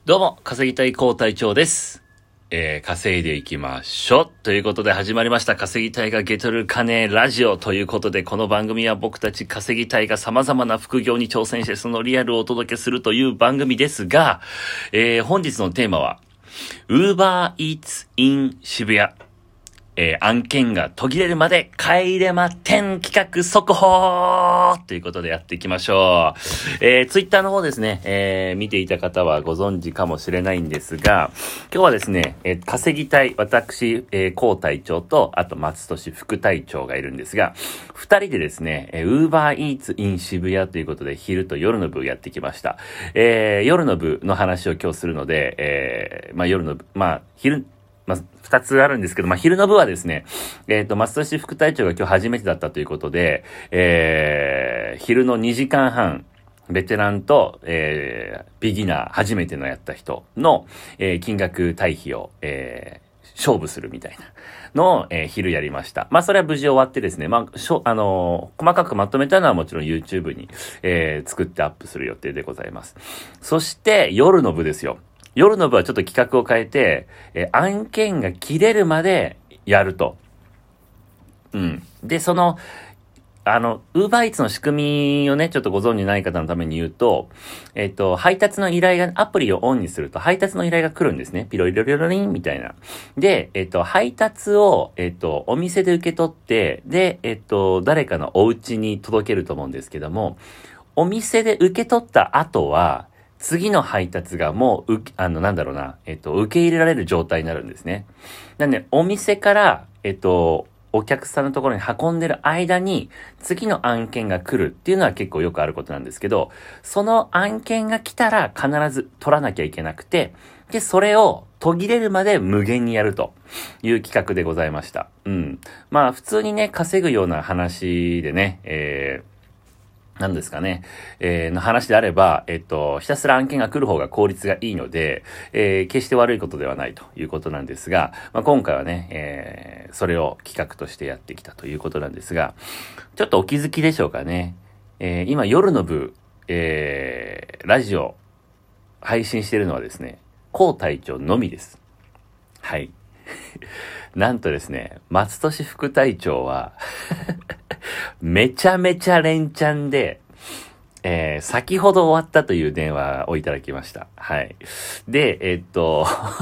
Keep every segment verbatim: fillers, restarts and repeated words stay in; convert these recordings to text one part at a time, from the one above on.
どうも、稼ぎたい高隊長です。えー、稼いでいきましょうということで始まりました。稼ぎたいがゲトる金ラジオということで、この番組は僕たち稼ぎたいが様々な副業に挑戦してそのリアルをお届けするという番組ですが、えー、本日のテーマは Uber Eats in 渋谷、えー、案件が途切れるまで帰れまてん企画速報ということでやっていきましょう。えー、ツイッターの方ですね、えー、見ていた方はご存知かもしれないんですが、今日はですね、えー、稼ぎたい私、えー、高隊長と、あと松俊副隊長がいるんですが、二人でですね、えー、Uber Eats in 渋谷ということで昼と夜の部やってきました。えー、夜の部の話を今日するので、えー、まあ夜の部、まあ昼、まあ、二つあるんですけど、まあ、昼の部はですね、えっと、松俊副隊長が今日初めてだったということで、えー、昼のにじかんはん、ベテランと、えー、ビギナー、初めてのやった人の、えー、金額対比を、えー、勝負するみたいなのを、えー、昼やりました。まあ、それは無事終わってですね、まあ、しょ、あのー、細かくまとめたのはもちろん YouTube に、えー、作ってアップする予定でございます。そして、夜の部ですよ。夜の部はちょっと企画を変えて、えー、案件が切れるまでやると。うん。で、その、あの、Uber Eatsの仕組みをね、ちょっとご存知ない方のために言うと、えっと、配達の依頼が、アプリをオンにすると配達の依頼が来るんですね。ピロリロリロリンみたいな。で、えっと、配達を、えっと、お店で受け取って、で、えっと、誰かのお家に届けると思うんですけども、お店で受け取った後は、次の配達がもう、う、あの、なんだろうな、えっと、受け入れられる状態になるんですね。なんで、お店から、えっと、お客さんのところに運んでる間に、次の案件が来るっていうのは結構よくあることなんですけど、その案件が来たら必ず取らなきゃいけなくて、で、それを途切れるまで無限にやるという企画でございました。うん。まあ、普通にね、稼ぐような話でね、えー、なんですかね、えー、の話であれば、えっと、ひたすら案件が来る方が効率がいいので、えー、決して悪いことではないということなんですが、まあ、今回はね、えー、それを企画としてやってきたということなんですが、ちょっとお気づきでしょうかね。えー、今夜の部、えー、ラジオ、配信しているのはですね、高隊長のみです。はい。なんとですね、松俊副隊長は、めちゃめちゃ連チャンで、えー、先ほど終わったという電話をいただきました。はい。で、えー、っと、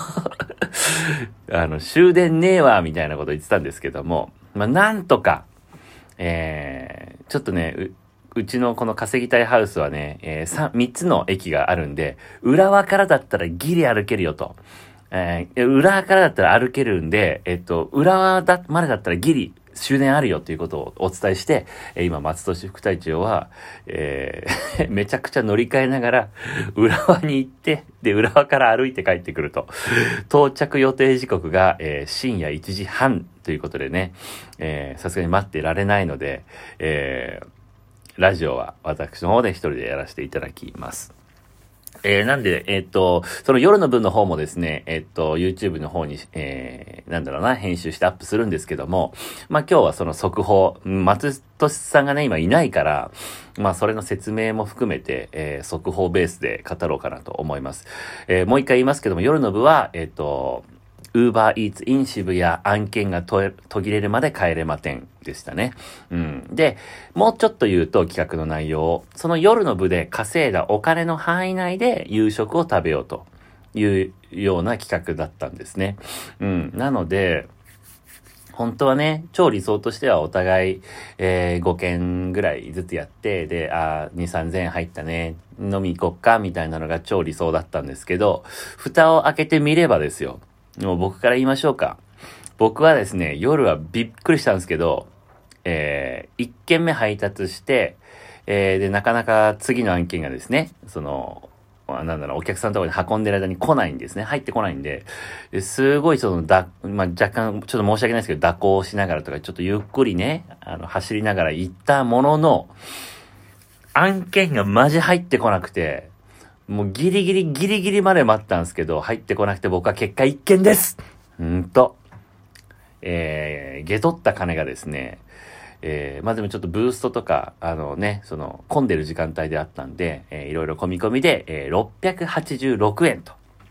あの、終電ねえわ、みたいなこと言ってたんですけども、まあ、なんとか、えー、ちょっとね、う、うちのこの稼ぎたいハウスはね、えー、さん、みっつの駅があるんで、浦和からだったらギリ歩けるよと。えー、浦和からだったら歩けるんで、えっと、浦和だ、までだったらギリ、終電あるよということをお伝えして、えー、今、松俊副隊長は、えー、めちゃくちゃ乗り換えながら、浦和に行って、で、浦和から歩いて帰ってくると。到着予定時刻が、えー、深夜いちじはんということでね、えー、さすがに待ってられないので、えー、ラジオは私の方で一人でやらせていただきます。えー、なんで、えー、っと、その夜の分の方もですね、えー、っと、YouTube の方に、えー、なんだろうな、編集してアップするんですけども、まあ、今日はその速報、松俊さんがね、今いないから、まあ、それの説明も含めて、えー、速報ベースで語ろうかなと思います。えー、もう一回言いますけども、夜の部は、えー、っと、Uber Eats in 渋谷案件が途切れるまで帰れまてんでしたね。うん。で、もうちょっと言うと企画の内容を、その夜の部で稼いだお金の範囲内で夕食を食べようというような企画だったんですね。うん。なので、本当はね、超理想としてはお互い、えー、ごけんぐらいずつやって、で、あー、に、さんぜんえん入ったね、飲み行こっか、みたいなのが超理想だったんですけど、蓋を開けてみればですよ。もう僕から言いましょうか。僕はですね、夜はびっくりしたんですけど、えー、いっけんめ配達して、えー、で、なかなか次の案件がですね、その、なんだろう、お客さんのところに運んでる間に来ないんですね。入ってこないんで、すごいその、だ、まあ、若干、ちょっと申し訳ないですけど、蛇行しながらとか、ちょっとゆっくりね、あの、走りながら行ったものの、案件がマジ入ってこなくて、もうギリギリギリギリまで待ったんですけど、入ってこなくて僕は結果一件です。うんと、えー、下取った金がですね、えー、まあでもちょっとブーストとか、あのね、その、混んでる時間帯であったんで、えー、いろいろ込み込みで、えー、ろっぴゃくはちじゅうろくえんと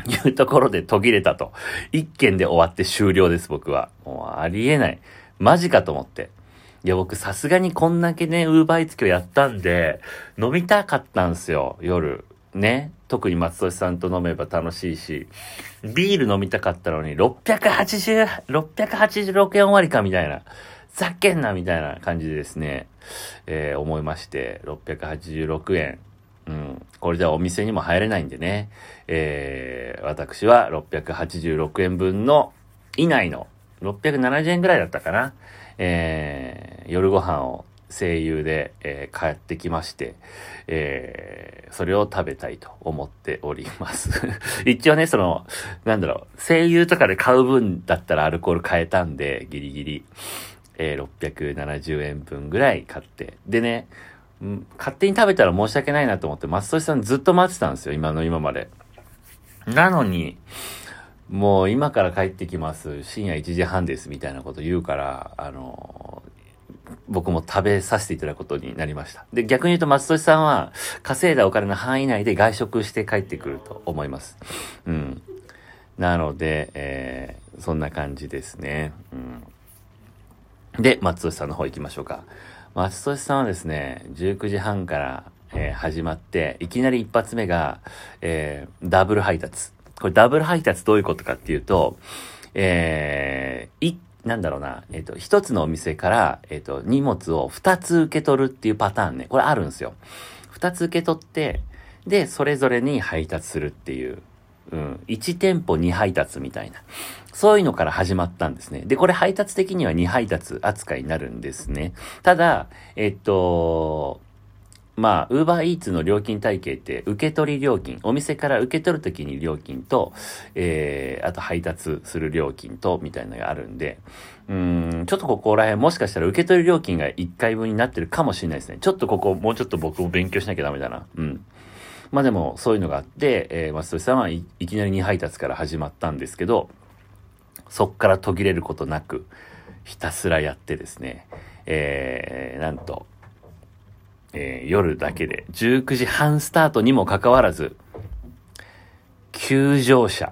いうところで途切れたと。一件で終わって終了です、僕は。もうありえない。マジかと思って。いや、僕さすがにこんだけね、ウーバーイーツ今日やったんで、飲みたかったんですよ、夜。ね。特に松俊さんと飲めば楽しいし。ビール飲みたかったのに、ろっぴゃくはちじゅう、ろっぴゃくはちじゅうろくえん終わりかみたいな。ざけんなみたいな感じでですね、えー、思いまして、ろっぴゃくはちじゅうろくえん。うん。これじゃお店にも入れないんでね。えー、私はろっぴゃくはちじゅうろくえんぶんの以内のろっぴゃくななじゅうえんぐらいだったかな。えー、夜ご飯を声優で、えー、帰ってきまして、えー、それを食べたいと思っております。一応ね、その、なんだろう、声優とかで買う分だったらアルコール買えたんで、ギリギリ、えー、ろっぴゃくななじゅうえんぶんぐらい買って。でね、ん勝手に食べたら申し訳ないなと思って、松俊さんずっと待ってたんですよ、今の今まで。なのに、もう今から帰ってきます。深夜いちじはんです。みたいなこと言うから、あのー、僕も食べさせていただくことになりました。で、逆に言うと松俊さんは稼いだお金の範囲内で外食して帰ってくると思います。うん。なので、えー、そんな感じですね。うん。で、松俊さんの方行きましょうか。松俊さんはですね、じゅうくじはんから、えー、始まって、いきなり一発目が、えー、ダブル配達。これダブル配達どういうことかっていうと、えー、い、なんだろうな、えっ、ー、と、一つのお店から、えっ、ー、と、荷物を二つ受け取るっていうパターンね。これあるんですよ。二つ受け取って、で、それぞれに配達するっていう、うん、一店舗二配達みたいな。そういうのから始まったんですね。で、これ配達的には二配達扱いになるんですね。ただ、えっと、まあ、ウーバーイーツの料金体系って、受け取り料金、お店から受け取るときに料金と、えー、あと配達する料金と、みたいなのがあるんで、うーん、ちょっとここら辺もしかしたら受け取り料金がいっかいぶんになってるかもしれないですね。ちょっとここ、もうちょっと僕も勉強しなきゃダメだな。うん。まあでも、そういうのがあって、えー、松俊さんはいいきなりに配達から始まったんですけど、そっから途切れることなく、ひたすらやってですね、えー、なんと、えー、夜だけで、じゅうくじはんスタートにもかかわらず、急乗車。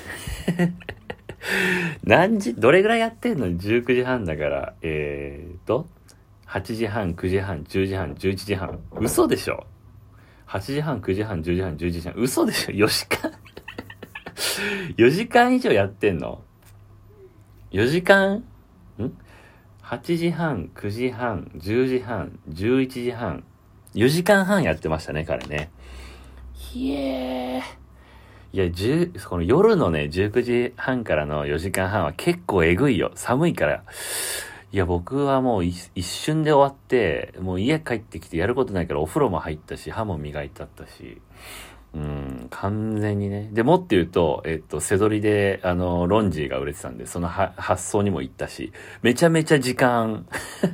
何時、どれぐらいやってんの ?じゅうくじはんだから、えーと、はちじはん、くじはん、じゅうじはん、じゅういちじはん。嘘でしょ ?はちじはん、くじはん、じゅうじはん、じゅういちじはん。嘘でしょ ?よ 時間よじかん以上やってんの ?よ 時間ん ?はち 時半、くじはん、じゅうじはん、じゅういちじはん。よじかんはんやってましたね、彼ね。ひえー。いや、じゅう、この夜のね、じゅうくじはんからのよじかんはんは結構えぐいよ。寒いから。いや、僕はもう一瞬で終わって、もう家帰ってきてやることないからお風呂も入ったし、歯も磨いたったし。うん、完全にね。で、もって言うと、えっと、背取りで、あの、ロンジーが売れてたんで、その発送にも行ったし、めちゃめちゃ時間、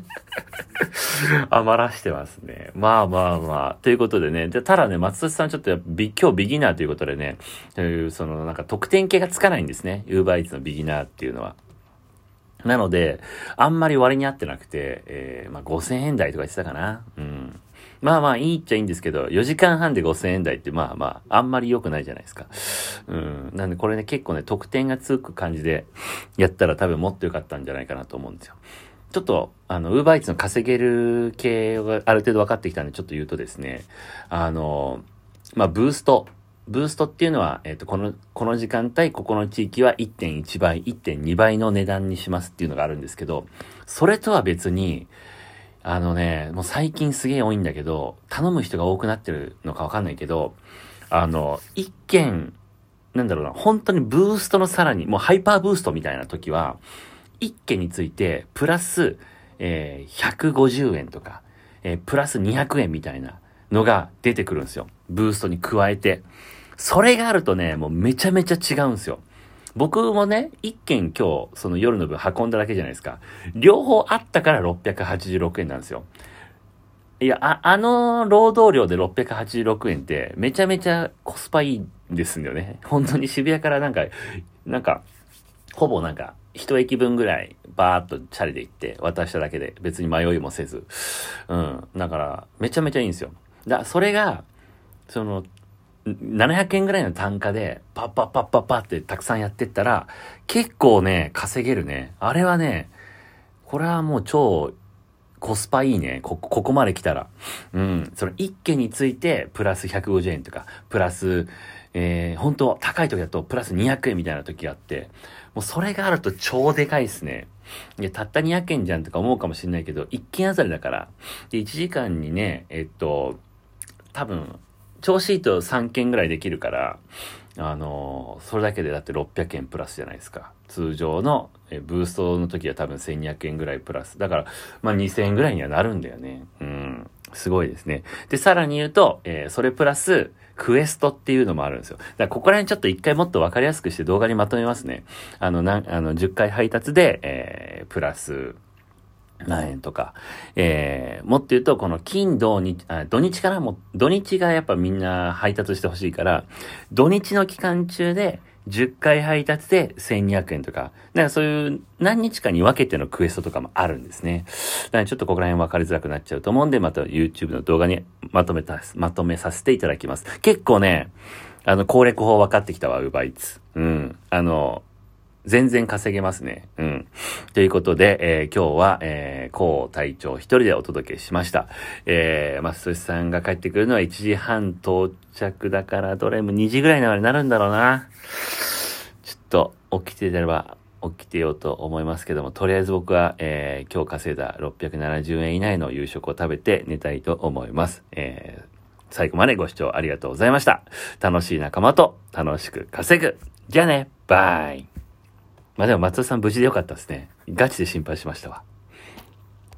余らしてますね。まあまあまあ。ということでね。で、ただね、松俊さんちょっとやっぱビ今日ビギナーということでね、という、そのなんか得点系がつかないんですね。ウーバーイーツのビギナーっていうのは。なので、あんまり割に合ってなくて、えー、まあごせんえん台とか言ってたかな。うん。まあまあいいっちゃいいんですけど、よじかんはんでごせんえん台ってまあまあ、あんまり良くないじゃないですか。うん。なんでこれね、結構ね、得点がつく感じでやったら多分もっと良かったんじゃないかなと思うんですよ。ちょっと、あの、ウーバーイーツの稼げる系がある程度分かってきたんで、ちょっと言うとですね、あの、まあ、ブースト。ブーストっていうのは、えっと、この、この時間帯、ここの地域は いってんいち 倍、いってんに 倍の値段にしますっていうのがあるんですけど、それとは別に、あのね、もう最近すげえ多いんだけど、頼む人が多くなってるのかわかんないけど、あの、一件、なんだろうな、本当にブーストのさらに、もうハイパーブーストみたいな時は、一件について、プラス、えー、ひゃくごじゅうえんとか、えー、プラスにひゃくえんみたいなのが出てくるんですよ。ブーストに加えて。それがあるとね、もうめちゃめちゃ違うんですよ。僕もね、一件今日、その夜の分運んだだけじゃないですか。両方あったからろっぴゃくはちじゅうろくえんなんですよ。いや、あ、あの労働量でろっぴゃくはちじゅうろくえんって、めちゃめちゃコスパいいんですよね。本当に渋谷からなんか、なんか、ほぼなんか、一駅分ぐらい、バーっとチャリで行って、渡しただけで、別に迷いもせず。うん。だから、めちゃめちゃいいんですよ。だ、それが、その、 ななひゃくえんぐらいの単価で、パッパッパッパッパってたくさんやってったら、結構ね、稼げるね。あれはね、これはもう超コスパいいね。こ、ここまで来たら。うん。その一件について、プラスひゃくごじゅうえんとか、プラス、えー、本当高い時だと、プラスにひゃくえんみたいな時があって、もうそれがあると超でかいっすね。いや、たったにひゃくえんじゃんとか思うかもしれないけど、一件あたりだから。で、いちじかんにね、えっと、多分、調子いいとさんけんぐらいできるから、あのー、それだけでだってろっぴゃくえんプラスじゃないですか。通常の、えブーストの時は多分せんにひゃくえんぐらいプラス。だから、まあにせんえんぐらいにはなるんだよね。うん。すごいですね。で、さらに言うと、えー、それプラス、クエストっていうのもあるんですよ。だからここら辺ちょっと一回もっとわかりやすくして動画にまとめますね。あの、なん、あの、じゅっかい配達で、えー、プラス、何円とか。えー、もっと言うと、この金土日、あ、土日かなもう、土日がやっぱみんな配達してほしいから、土日の期間中でじゅっかい配達でせんにひゃくえんとか、だからそういう何日かに分けてのクエストとかもあるんですね。だからちょっとここら辺分かりづらくなっちゃうと思うんで、また YouTube の動画にまとめた、まとめさせていただきます。結構ね、あの、攻略法分かってきたわ、Uber Eats。うん。あの、全然稼げますね。うん。ということで、えー、今日は、えー、高隊長一人でお届けしました。えー、まストさんが帰ってくるのはいちじはん到着だから、どれもにじぐらいになるんだろうな。ちょっと、起きてれば、起きてようと思いますけども、とりあえず僕は、えー、今日稼いだろっぴゃくななじゅうえん以内の夕食を食べて寝たいと思います。えー、最後までご視聴ありがとうございました。楽しい仲間と楽しく稼ぐ。じゃあね、バイ。まあでも松田さん無事でよかったですね。ガチで心配しましたわ。